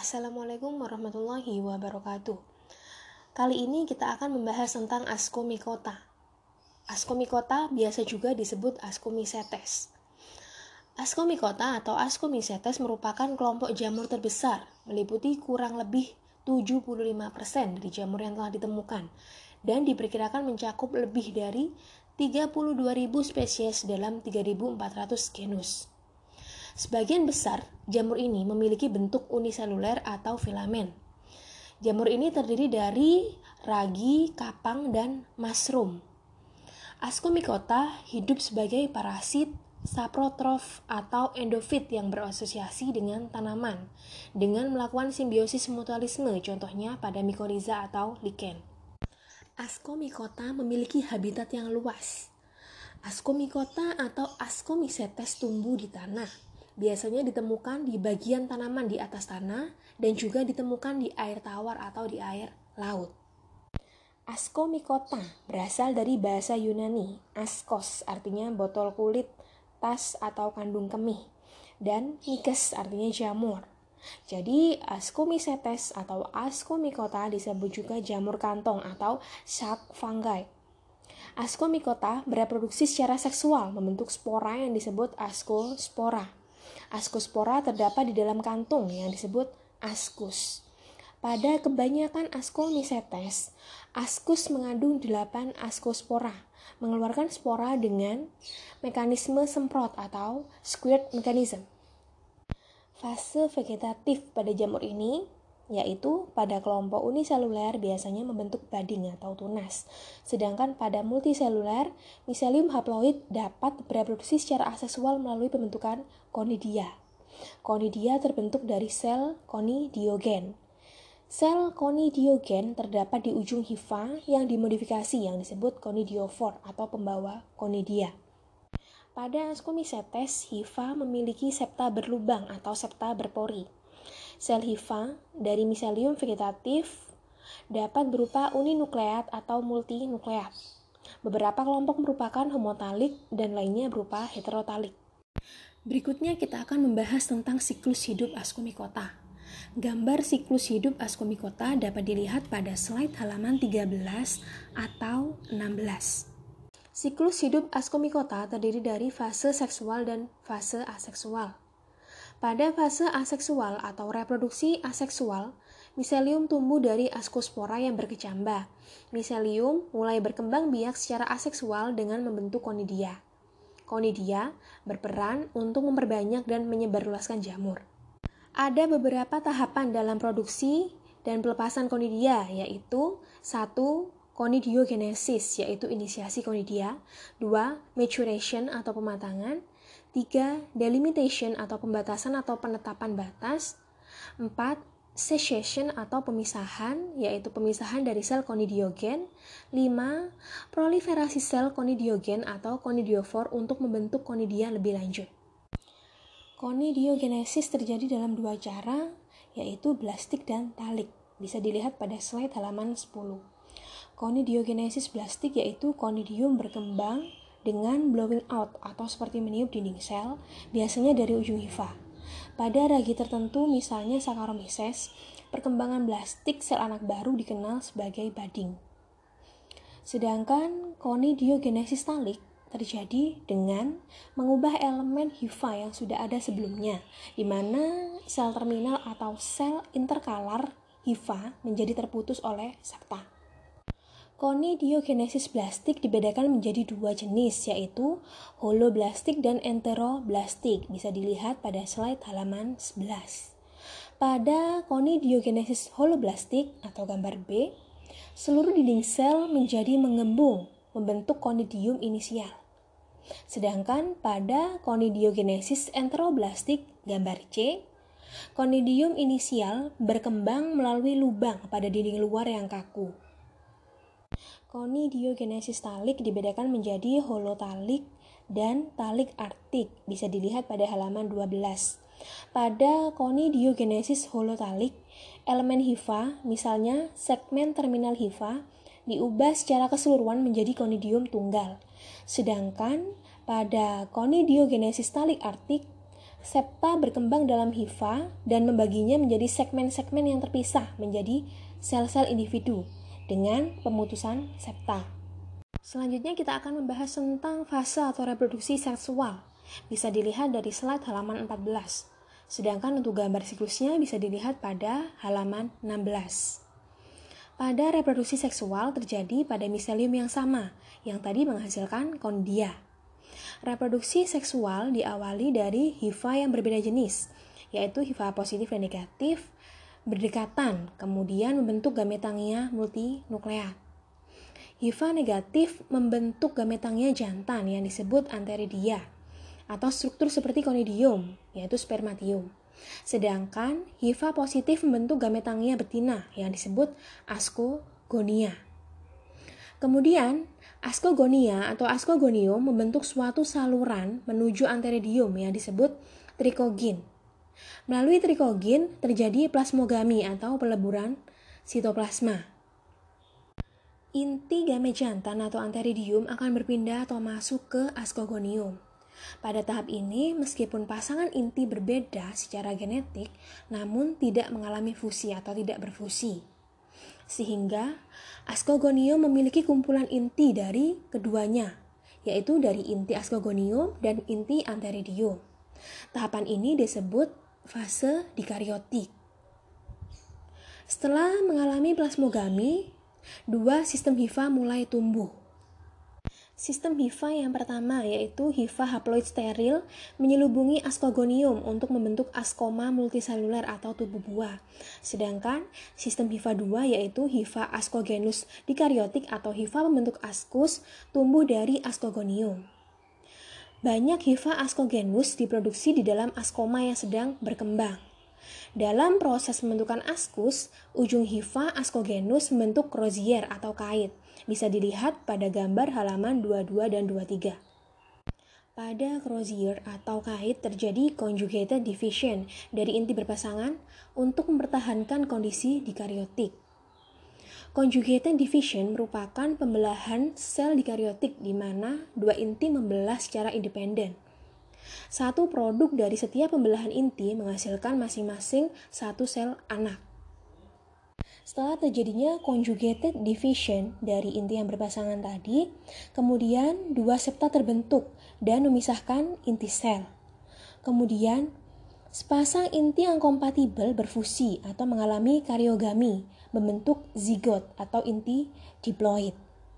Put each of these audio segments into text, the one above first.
Assalamualaikum warahmatullahi wabarakatuh. Kali ini kita akan membahas tentang Ascomycota. Ascomycota biasa juga disebut Ascomycetes. Ascomycota atau Ascomycetes merupakan kelompok jamur terbesar, meliputi kurang lebih 75% dari jamur yang telah ditemukan, dan diperkirakan mencakup lebih dari 32.000 spesies dalam 3.400 genus. Sebagian besar jamur ini memiliki bentuk uniseluler atau filamen. Jamur ini terdiri dari ragi, kapang, dan mushroom. Ascomycota hidup sebagai parasit, saprotrof, atau endofit yang berasosiasi dengan tanaman dengan melakukan simbiosis mutualisme, contohnya pada mycorrhiza atau lichen. Ascomycota memiliki habitat yang luas. Ascomycota atau Ascomycetes tumbuh di tanah. Biasanya ditemukan di bagian tanaman di atas tanah dan juga ditemukan di air tawar atau di air laut. Ascomycota berasal dari bahasa Yunani, askos artinya botol kulit, tas atau kandung kemih, dan mykes artinya jamur. Jadi Ascomycetes atau Ascomycota disebut juga jamur kantong atau shark fungi. Ascomycota bereproduksi secara seksual membentuk spora yang disebut ascospora. Ascospora terdapat di dalam kantung yang disebut ascus. Pada kebanyakan Ascomycetes, ascus mengandung 8 ascospora, mengeluarkan spora dengan mekanisme semprot atau squirt mechanism. Fase vegetatif pada jamur ini yaitu pada kelompok uniseluler biasanya membentuk bading atau tunas, sedangkan pada multiseluler, miselium haploid dapat bereproduksi secara aseksual melalui pembentukan conidia. Conidia terbentuk dari sel conidiogen. Sel conidiogen terdapat di ujung hifa yang dimodifikasi yang disebut conidiofor atau pembawa conidia. Pada Ascomycetes, hifa memiliki septa berlubang atau septa berpori. Sel hifa dari miselium vegetatif dapat berupa uninukleat atau multinukleat. Beberapa kelompok merupakan homotalik dan lainnya berupa heterotalik. Berikutnya kita akan membahas tentang siklus hidup Ascomycota. Gambar siklus hidup Ascomycota dapat dilihat pada slide halaman 13 atau 16. Siklus hidup Ascomycota terdiri dari fase seksual dan fase aseksual. Pada fase aseksual atau reproduksi aseksual, miselium tumbuh dari ascospora yang berkecambah. Miselium mulai berkembang biak secara aseksual dengan membentuk conidia. Conidia berperan untuk memperbanyak dan menyebarluaskan jamur. Ada beberapa tahapan dalam produksi dan pelepasan conidia, yaitu 1. Conidiogenesis, yaitu inisiasi conidia. 2. Maturation atau pematangan. 3. Delimitation atau pembatasan atau penetapan batas. 4. Cessation atau pemisahan, yaitu pemisahan dari sel conidiogen. 5. Proliferasi sel conidiogen atau conidiofor untuk membentuk conidia lebih lanjut. Conidiogenesis terjadi dalam 2 cara, yaitu blastik dan talik. Bisa dilihat pada slide halaman 10. Conidiogenesis blastik yaitu conidium berkembang dengan blowing out atau seperti meniup dinding sel, biasanya dari ujung hifa. Pada ragi tertentu, misalnya Saccharomyces, perkembangan blastik sel anak baru dikenal sebagai budding. Sedangkan conidiogenesis talik terjadi dengan mengubah elemen hifa yang sudah ada sebelumnya, di mana sel terminal atau sel interkalar hifa menjadi terputus oleh septa. Conidiogenesis blastik dibedakan menjadi 2 jenis, yaitu holoblastik dan enteroblastik. Bisa dilihat pada slide halaman 11. Pada conidiogenesis holoblastik atau gambar B, seluruh dinding sel menjadi mengembung, membentuk conidium inisial. Sedangkan pada conidiogenesis enteroblastik gambar C, conidium inisial berkembang melalui lubang pada dinding luar yang kaku. Conidiogenesis talik dibedakan menjadi holotalik dan talik arktik, bisa dilihat pada halaman 12. Pada conidiogenesis holotalik, elemen hifa, misalnya segmen terminal hifa, diubah secara keseluruhan menjadi conidium tunggal. Sedangkan pada conidiogenesis talik arktik, septa berkembang dalam hifa dan membaginya menjadi segmen-segmen yang terpisah menjadi sel-sel individu dengan pemutusan septa. Selanjutnya kita akan membahas tentang fase atau reproduksi seksual. Bisa dilihat dari slide halaman 14. Sedangkan untuk gambar siklusnya bisa dilihat pada halaman 16. Pada reproduksi seksual terjadi pada miselium yang sama, yang tadi menghasilkan kondia. Reproduksi seksual diawali dari hifa yang berbeda jenis, yaitu hifa positif dan negatif, berdekatan, kemudian membentuk gametangia multinukleat. Hifa negatif membentuk gametangia jantan yang disebut anteridia, atau struktur seperti conidium, yaitu spermatium. Sedangkan hifa positif membentuk gametangia betina yang disebut askogonia. Kemudian, askogonia atau askogonium membentuk suatu saluran menuju anteridium yang disebut trikogin. Melalui trikogin terjadi plasmogami atau peleburan sitoplasma. Inti gamet jantan atau anteridium akan berpindah atau masuk ke askogonium. Pada tahap ini, meskipun pasangan inti berbeda secara genetik, namun tidak mengalami fusi atau tidak berfusi. Sehingga askogonium memiliki kumpulan inti dari keduanya, yaitu dari inti askogonium dan inti anteridium. Tahapan ini disebut fase dikariotik. Setelah mengalami plasmogami, dua sistem hifa mulai tumbuh. Sistem hifa yang pertama yaitu hifa haploid steril menyelubungi askogonium untuk membentuk askoma multiseluler atau tubuh buah. Sedangkan sistem hifa 2 yaitu hifa askogenus dikariotik atau hifa membentuk askus tumbuh dari askogonium. Banyak hifa askogenus diproduksi di dalam askoma yang sedang berkembang. Dalam proses pembentukan askus, ujung hifa askogenus membentuk crozier atau kait. Bisa dilihat pada gambar halaman 22 dan 23. Pada crozier atau kait terjadi conjugated division dari inti berpasangan untuk mempertahankan kondisi dikariotik. Conjugated division merupakan pembelahan sel dikariotik di mana dua inti membelah secara independen. Satu produk dari setiap pembelahan inti menghasilkan masing-masing satu sel anak. Setelah terjadinya conjugated division dari inti yang berpasangan tadi, kemudian dua septa terbentuk dan memisahkan inti sel. Kemudian, sepasang inti yang kompatibel berfusi atau mengalami kariogami, membentuk zigot atau inti diploid.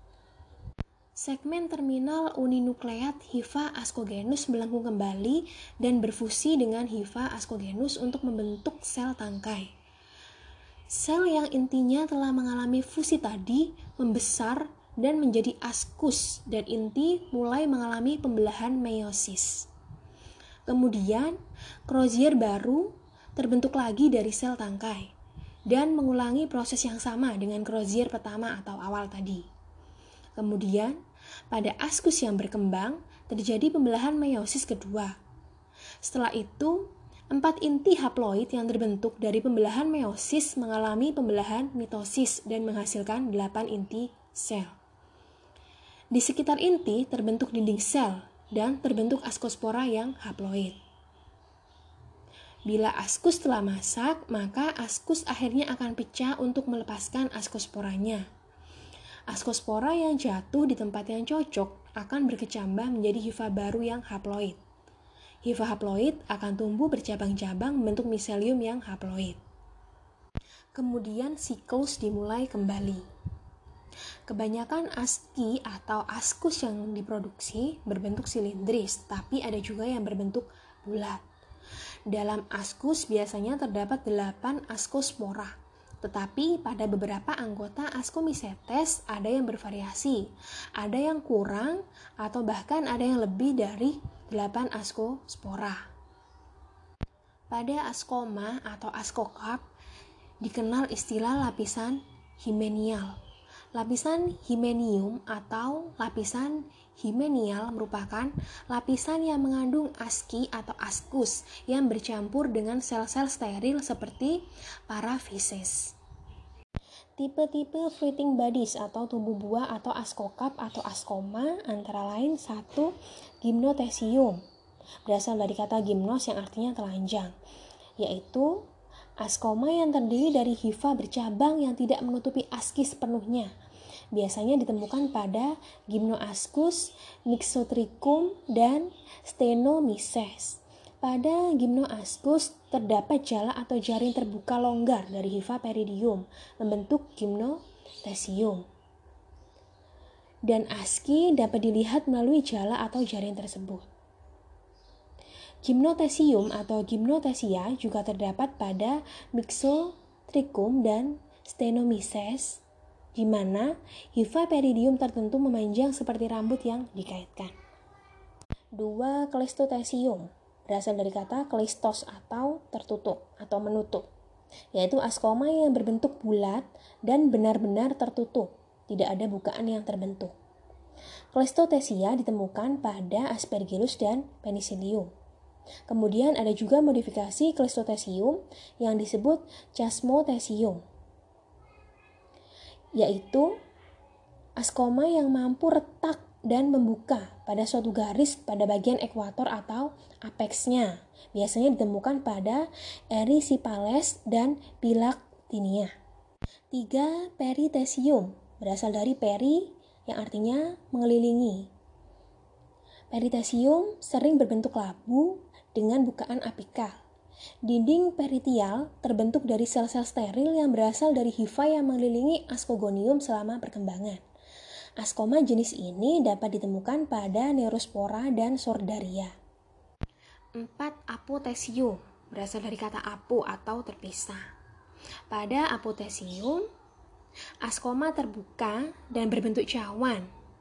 Segmen terminal uninukleat hifa askogenus melengkung kembali dan berfusi dengan hifa askogenus untuk membentuk sel tangkai. Sel yang intinya telah mengalami fusi tadi membesar dan menjadi askus dan inti mulai mengalami pembelahan meiosis. Kemudian, crozier baru terbentuk lagi dari sel tangkai dan mengulangi proses yang sama dengan crozier pertama atau awal tadi. Kemudian, pada askus yang berkembang, terjadi pembelahan meiosis kedua. Setelah itu, 4 inti haploid yang terbentuk dari pembelahan meiosis mengalami pembelahan mitosis dan menghasilkan 8 inti sel. Di sekitar inti terbentuk dinding sel dan terbentuk askospora yang haploid. Bila askus telah masak, maka askus akhirnya akan pecah untuk melepaskan askosporanya. Askospora yang jatuh di tempat yang cocok akan berkecambah menjadi hifa baru yang haploid. Hifa haploid akan tumbuh bercabang-cabang membentuk miselium yang haploid. Kemudian siklus dimulai kembali. Kebanyakan aski atau askus yang diproduksi berbentuk silindris, tapi ada juga yang berbentuk bulat. Dalam askus biasanya terdapat 8 askospora. Tetapi pada beberapa anggota Ascomycetes ada yang bervariasi, ada yang kurang, atau bahkan ada yang lebih dari 8 askospora. Pada askoma atau askokap dikenal istilah lapisan hymenial. Lapisan hymenium atau lapisan hymenial merupakan lapisan yang mengandung aski atau askus yang bercampur dengan sel-sel steril seperti paraphyses. Tipe-tipe fruiting bodies atau tubuh buah atau askokap atau askoma antara lain 1. Gymnothecium, berasal dari kata gimnos yang artinya telanjang, yaitu askoma yang terdiri dari hifa bercabang yang tidak menutupi aski sepenuhnya. Biasanya ditemukan pada Gymnoascus, Mixotrichum, dan Stenomyces. Pada Gymnoascus terdapat jala atau jaring terbuka longgar dari hifa peridium membentuk gymnothecium. Dan aski dapat dilihat melalui jala atau jaring tersebut. Gymnothecium atau Gymnothecia juga terdapat pada Mixotrichum dan Stenomyces, di mana hifa peridium tertentu memanjang seperti rambut yang dikaitkan. 2. Cleistothecium berasal dari kata kleistos atau tertutup atau menutup, yaitu askoma yang berbentuk bulat dan benar-benar tertutup, tidak ada bukaan yang terbentuk. Cleistothecia ditemukan pada Aspergillus dan Penicillium. Kemudian ada juga modifikasi Cleistothecium yang disebut Chasmothecium, yaitu askoma yang mampu retak dan membuka pada suatu garis pada bagian ekuator atau apexnya. Biasanya ditemukan pada Erysipelas dan Philactinia. 3. Perithecium berasal dari peri yang artinya mengelilingi. Perithecium sering berbentuk labu dengan bukaan apikal. Dinding peritial terbentuk dari sel-sel steril yang berasal dari hifa yang mengelilingi ascogonium selama perkembangan. Askoma jenis ini dapat ditemukan pada Neurospora dan Sordaria. 4. Apothecium berasal dari kata apo atau terpisah. Pada apothecium, askoma terbuka dan berbentuk cawan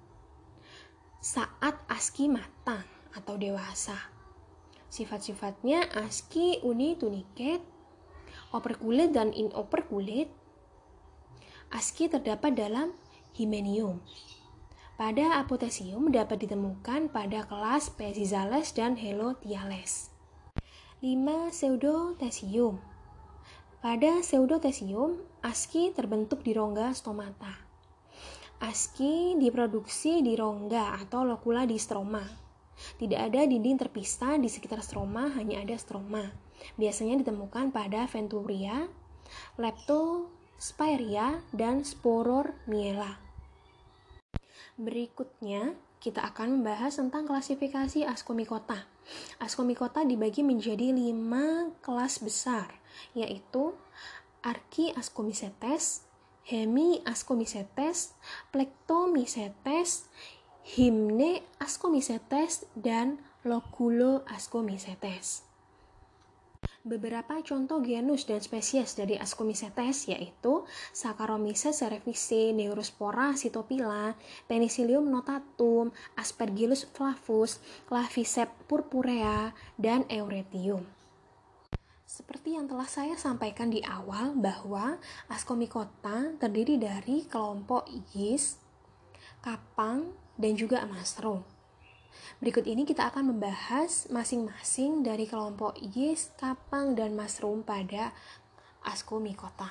saat aski matang atau dewasa. Sifat-sifatnya aski unitunicate, operculate dan inoperculate. Aski terdapat dalam Hymenium. Pada apothecium dapat ditemukan pada kelas Pezizales dan Helothiales. 5. Pseudothecium. Pada pseudothecium, aski terbentuk di rongga stomata. Aski diproduksi di rongga atau locula di stroma. Tidak ada dinding terpisah di sekitar stroma, hanya ada stroma. Biasanya ditemukan pada Venturia, Leptospirea, dan Sporormiella. Berikutnya, kita akan membahas tentang klasifikasi Ascomycota. Ascomycota dibagi menjadi 5 kelas besar, yaitu Archiascomycetes, Hemiascomycetes, Plectomycetes, Hymneascomycetes, dan Loculoascomycetes. Beberapa contoh genus dan spesies dari Ascomycetes yaitu Saccharomyces cerevisiae, Neurospora cytopila, Penicillium notatum, Aspergillus flavus, Claviceps purpurea, dan Euretium. Seperti yang telah saya sampaikan di awal bahwa Ascomycota terdiri dari kelompok yeast, kapang, dan juga mushroom. Berikut ini kita akan membahas masing-masing dari kelompok yeast, kapang, dan mushroom pada Ascomycota.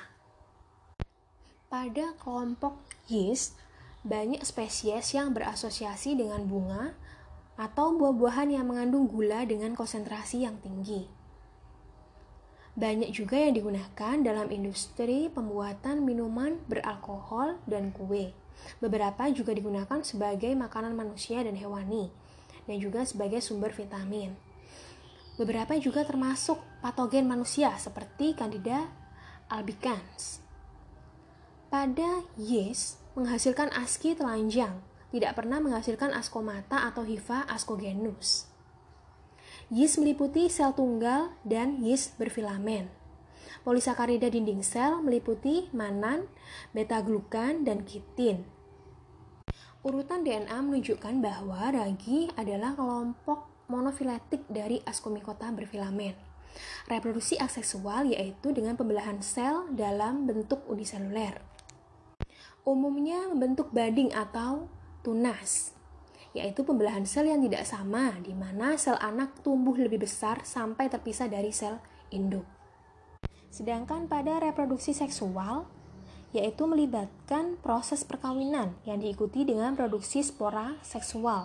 Pada kelompok yeast, banyak spesies yang berasosiasi dengan bunga atau buah-buahan yang mengandung gula dengan konsentrasi yang tinggi. Banyak juga yang digunakan dalam industri pembuatan minuman beralkohol dan kue. Beberapa juga digunakan sebagai makanan manusia dan hewani, dan juga sebagai sumber vitamin. Beberapa juga termasuk patogen manusia seperti Candida albicans. Pada yeast menghasilkan aski telanjang, tidak pernah menghasilkan ascomata atau hifa ascogenus. Yeast meliputi sel tunggal dan yeast berfilamen. Polisakarida dinding sel meliputi mannan, beta-glukan, dan kitin. Urutan DNA menunjukkan bahwa ragi adalah kelompok monofiletik dari Ascomycota berfilamen. Reproduksi aseksual yaitu dengan pembelahan sel dalam bentuk uniseluler. Umumnya membentuk bading atau tunas, yaitu pembelahan sel yang tidak sama, di mana sel anak tumbuh lebih besar sampai terpisah dari sel induk. Sedangkan pada reproduksi seksual, yaitu melibatkan proses perkawinan yang diikuti dengan produksi spora seksual.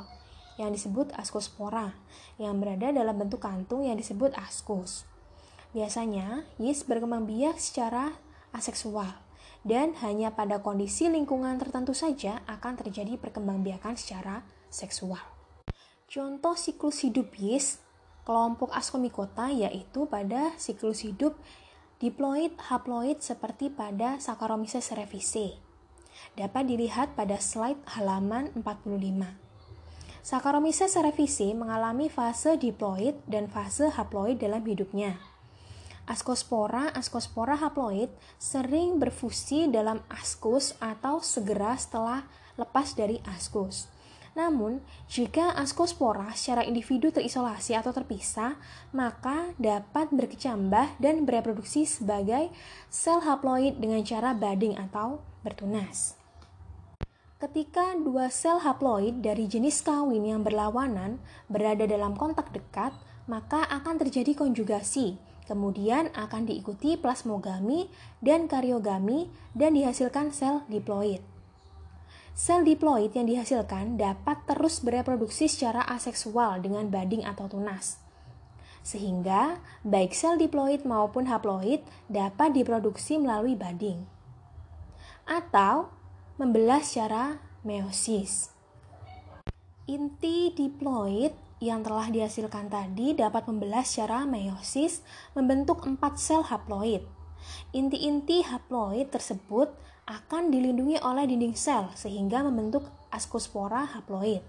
yang disebut askospora, yang berada dalam bentuk kantung yang disebut askus. Biasanya, yeast berkembang biak secara aseksual, dan hanya pada kondisi lingkungan tertentu saja akan terjadi perkembangbiakan secara seksual. Contoh siklus hidup yeast kelompok Ascomycota yaitu pada siklus hidup diploid haploid seperti pada Saccharomyces cerevisiae. Dapat dilihat pada slide halaman 45. Saccharomyces cerevisiae mengalami fase diploid dan fase haploid dalam hidupnya. Ascospora haploid sering berfusi dalam askus atau segera setelah lepas dari askus. Namun, jika ascospora secara individu terisolasi atau terpisah, maka dapat berkecambah dan bereproduksi sebagai sel haploid dengan cara budding atau bertunas. Ketika dua sel haploid dari jenis kawin yang berlawanan berada dalam kontak dekat, maka akan terjadi konjugasi. Kemudian akan diikuti plasmogami dan kariogami dan dihasilkan sel diploid. Sel diploid yang dihasilkan dapat terus bereproduksi secara aseksual dengan budding atau tunas. Sehingga baik sel diploid maupun haploid dapat diproduksi melalui budding atau membelah secara meiosis. Inti diploid yang telah dihasilkan tadi dapat membelah secara meiosis membentuk 4 sel haploid. Inti-inti haploid tersebut akan dilindungi oleh dinding sel sehingga membentuk ascospora haploid.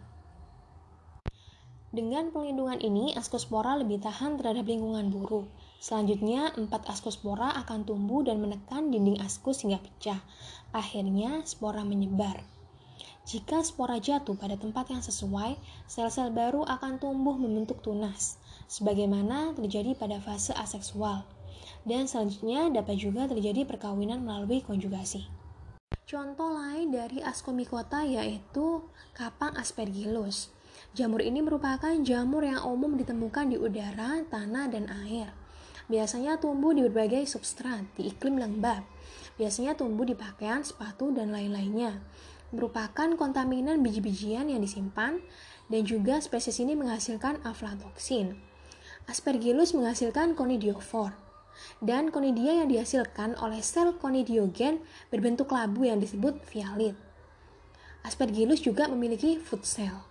Dengan pelindungan ini, ascospora lebih tahan terhadap lingkungan buruk. Selanjutnya, 4 ascospora akan tumbuh dan menekan dinding askus hingga pecah. Akhirnya, spora menyebar. Jika spora jatuh pada tempat yang sesuai, sel-sel baru akan tumbuh membentuk tunas, sebagaimana terjadi pada fase aseksual. Dan selanjutnya dapat juga terjadi perkawinan melalui konjugasi. Contoh lain dari Ascomycota yaitu kapang aspergillus. Jamur ini merupakan jamur yang umum ditemukan di udara, tanah, dan air. Biasanya tumbuh di berbagai substrat, di iklim lembab. Biasanya tumbuh di pakaian, sepatu, dan lain-lainnya. Merupakan kontaminan biji-bijian yang disimpan, dan juga spesies ini menghasilkan aflatoksin. Aspergillus menghasilkan conidiofor, dan conidia yang dihasilkan oleh sel conidiogen berbentuk labu yang disebut vialit. Aspergillus juga memiliki food cell.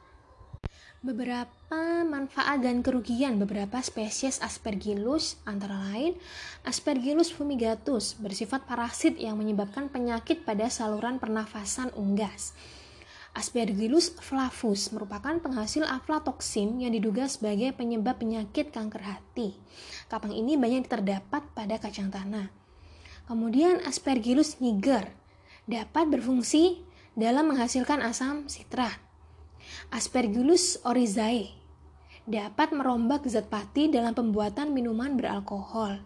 Beberapa manfaat dan kerugian beberapa spesies Aspergillus antara lain Aspergillus fumigatus bersifat parasit yang menyebabkan penyakit pada saluran pernafasan unggas. Aspergillus flavus merupakan penghasil aflatoksin yang diduga sebagai penyebab penyakit kanker hati. Kapang ini banyak terdapat pada kacang tanah. Kemudian Aspergillus niger dapat berfungsi dalam menghasilkan asam sitrat. Aspergillus oryzae dapat merombak zat pati dalam pembuatan minuman beralkohol.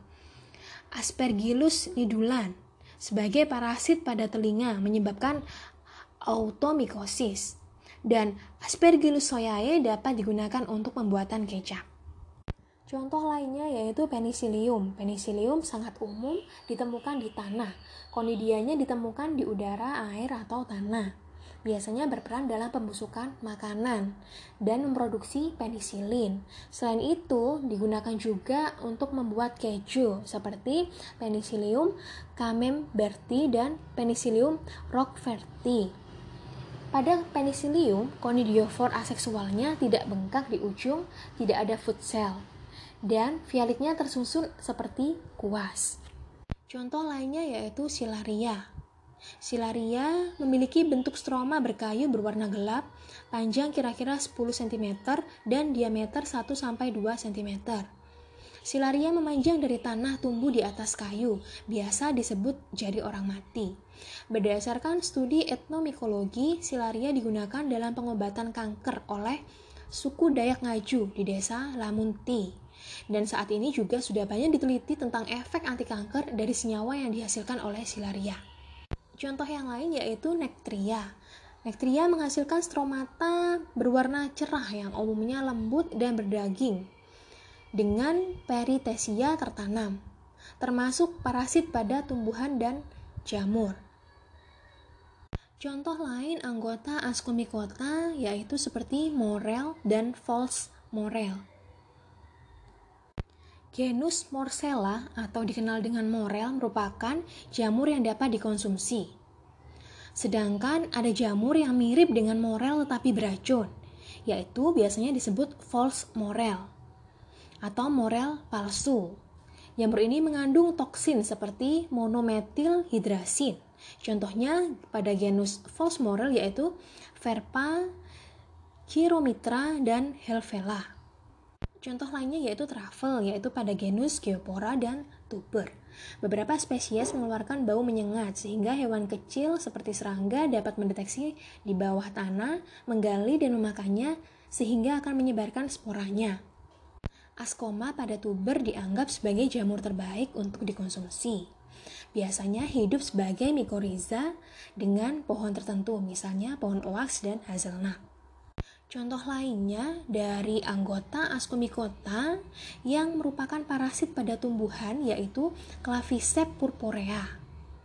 Aspergillus nidulan sebagai parasit pada telinga menyebabkan automikosis, dan Aspergillus soyae dapat digunakan untuk pembuatan kecap. Contoh lainnya yaitu penicillium. Penicillium sangat umum ditemukan di tanah. Conidianya ditemukan di udara, air, atau tanah. Biasanya berperan dalam pembusukan makanan dan memproduksi penisilin. Selain itu, digunakan juga untuk membuat keju seperti Penicillium camemberti dan Penicillium roqueforti. Pada Penicillium, conidiofor aseksualnya tidak bengkak di ujung, tidak ada food cell, dan vialitnya tersusun seperti kuas. Contoh lainnya yaitu Silaria. Silaria memiliki bentuk stroma berkayu berwarna gelap, panjang kira-kira 10 cm dan diameter 1-2 cm. Silaria memanjang dari tanah tumbuh di atas kayu, biasa disebut jari orang mati. Berdasarkan studi etnomikologi, Silaria digunakan dalam pengobatan kanker oleh suku Dayak Ngaju di desa Lamunti. Dan saat ini juga sudah banyak diteliti tentang efek anti kanker dari senyawa yang dihasilkan oleh Silaria. Contoh yang lain yaitu Nectria. Nectria menghasilkan stromata berwarna cerah yang umumnya lembut dan berdaging dengan peritesia tertanam, termasuk parasit pada tumbuhan dan jamur. Contoh lain anggota Ascomycota yaitu seperti Morel dan False Morel. Genus Morcella atau dikenal dengan morel merupakan jamur yang dapat dikonsumsi. Sedangkan ada jamur yang mirip dengan morel tetapi beracun, yaitu biasanya disebut false morel atau morel palsu. Jamur ini mengandung toksin seperti monometil hidrasin. Contohnya pada genus false morel yaitu Verpa, Chiromitra, dan Helvela. Contoh lainnya yaitu truffle, yaitu pada genus Geopora dan Tuber. Beberapa spesies mengeluarkan bau menyengat sehingga hewan kecil seperti serangga dapat mendeteksi di bawah tanah, menggali dan memakannya sehingga akan menyebarkan sporanya. Ascoma pada tuber dianggap sebagai jamur terbaik untuk dikonsumsi. Biasanya hidup sebagai mikoriza dengan pohon tertentu, misalnya pohon oaks dan hazelnut. Contoh lainnya dari anggota Ascomycota yang merupakan parasit pada tumbuhan yaitu Claviceps purpurea.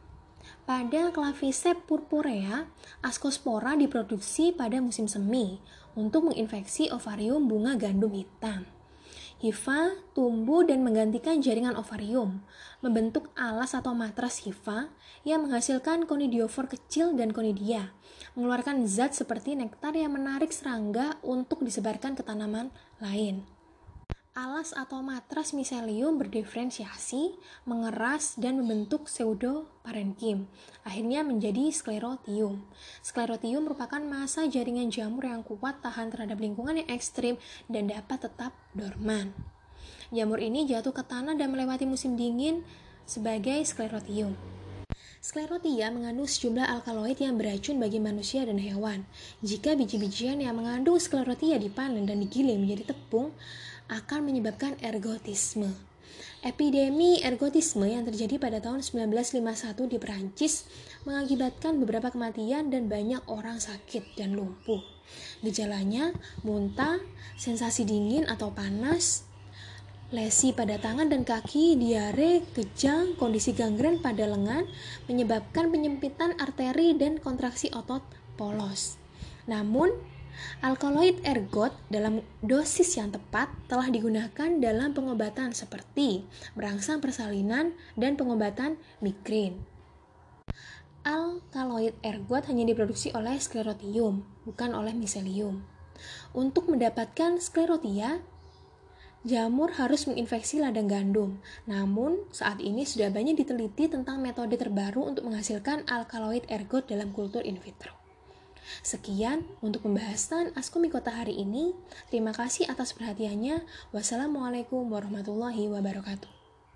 Pada Claviceps purpurea, Ascospora diproduksi pada musim semi untuk menginfeksi ovarium bunga gandum hitam. Hifa tumbuh dan menggantikan jaringan ovarium, membentuk alas atau matras hifa yang menghasilkan conidiofor kecil dan conidia, mengeluarkan zat seperti nektar yang menarik serangga untuk disebarkan ke tanaman lain. Alas atau matras miselium berdiferensiasi, mengeras, dan membentuk pseudoparenkim. Akhirnya menjadi sklerotium. Sklerotium merupakan massa jaringan jamur yang kuat tahan terhadap lingkungan yang ekstrim dan dapat tetap dorman. Jamur ini jatuh ke tanah dan melewati musim dingin sebagai sklerotium. Sklerotia mengandung sejumlah alkaloid yang beracun bagi manusia dan hewan. Jika biji-bijian yang mengandung sklerotia dipanen dan digiling menjadi tepung, akan menyebabkan ergotisme. Epidemi ergotisme yang terjadi pada tahun 1951 di Perancis mengakibatkan beberapa kematian dan banyak orang sakit dan lumpuh. Gejalanya muntah, sensasi dingin atau panas, lesi pada tangan dan kaki, diare, kejang, kondisi gangren pada lengan, menyebabkan penyempitan arteri dan kontraksi otot polos. Namun, alkaloid ergot dalam dosis yang tepat telah digunakan dalam pengobatan seperti merangsang persalinan dan pengobatan migren. Alkaloid ergot hanya diproduksi oleh sklerotium, bukan oleh miselium. Untuk mendapatkan sklerotia, jamur harus menginfeksi ladang gandum. Namun, saat ini sudah banyak diteliti tentang metode terbaru untuk menghasilkan alkaloid ergot dalam kultur in vitro. Sekian untuk pembahasan Ascomycota hari ini. Terima kasih atas perhatiannya. Wassalamualaikum warahmatullahi wabarakatuh.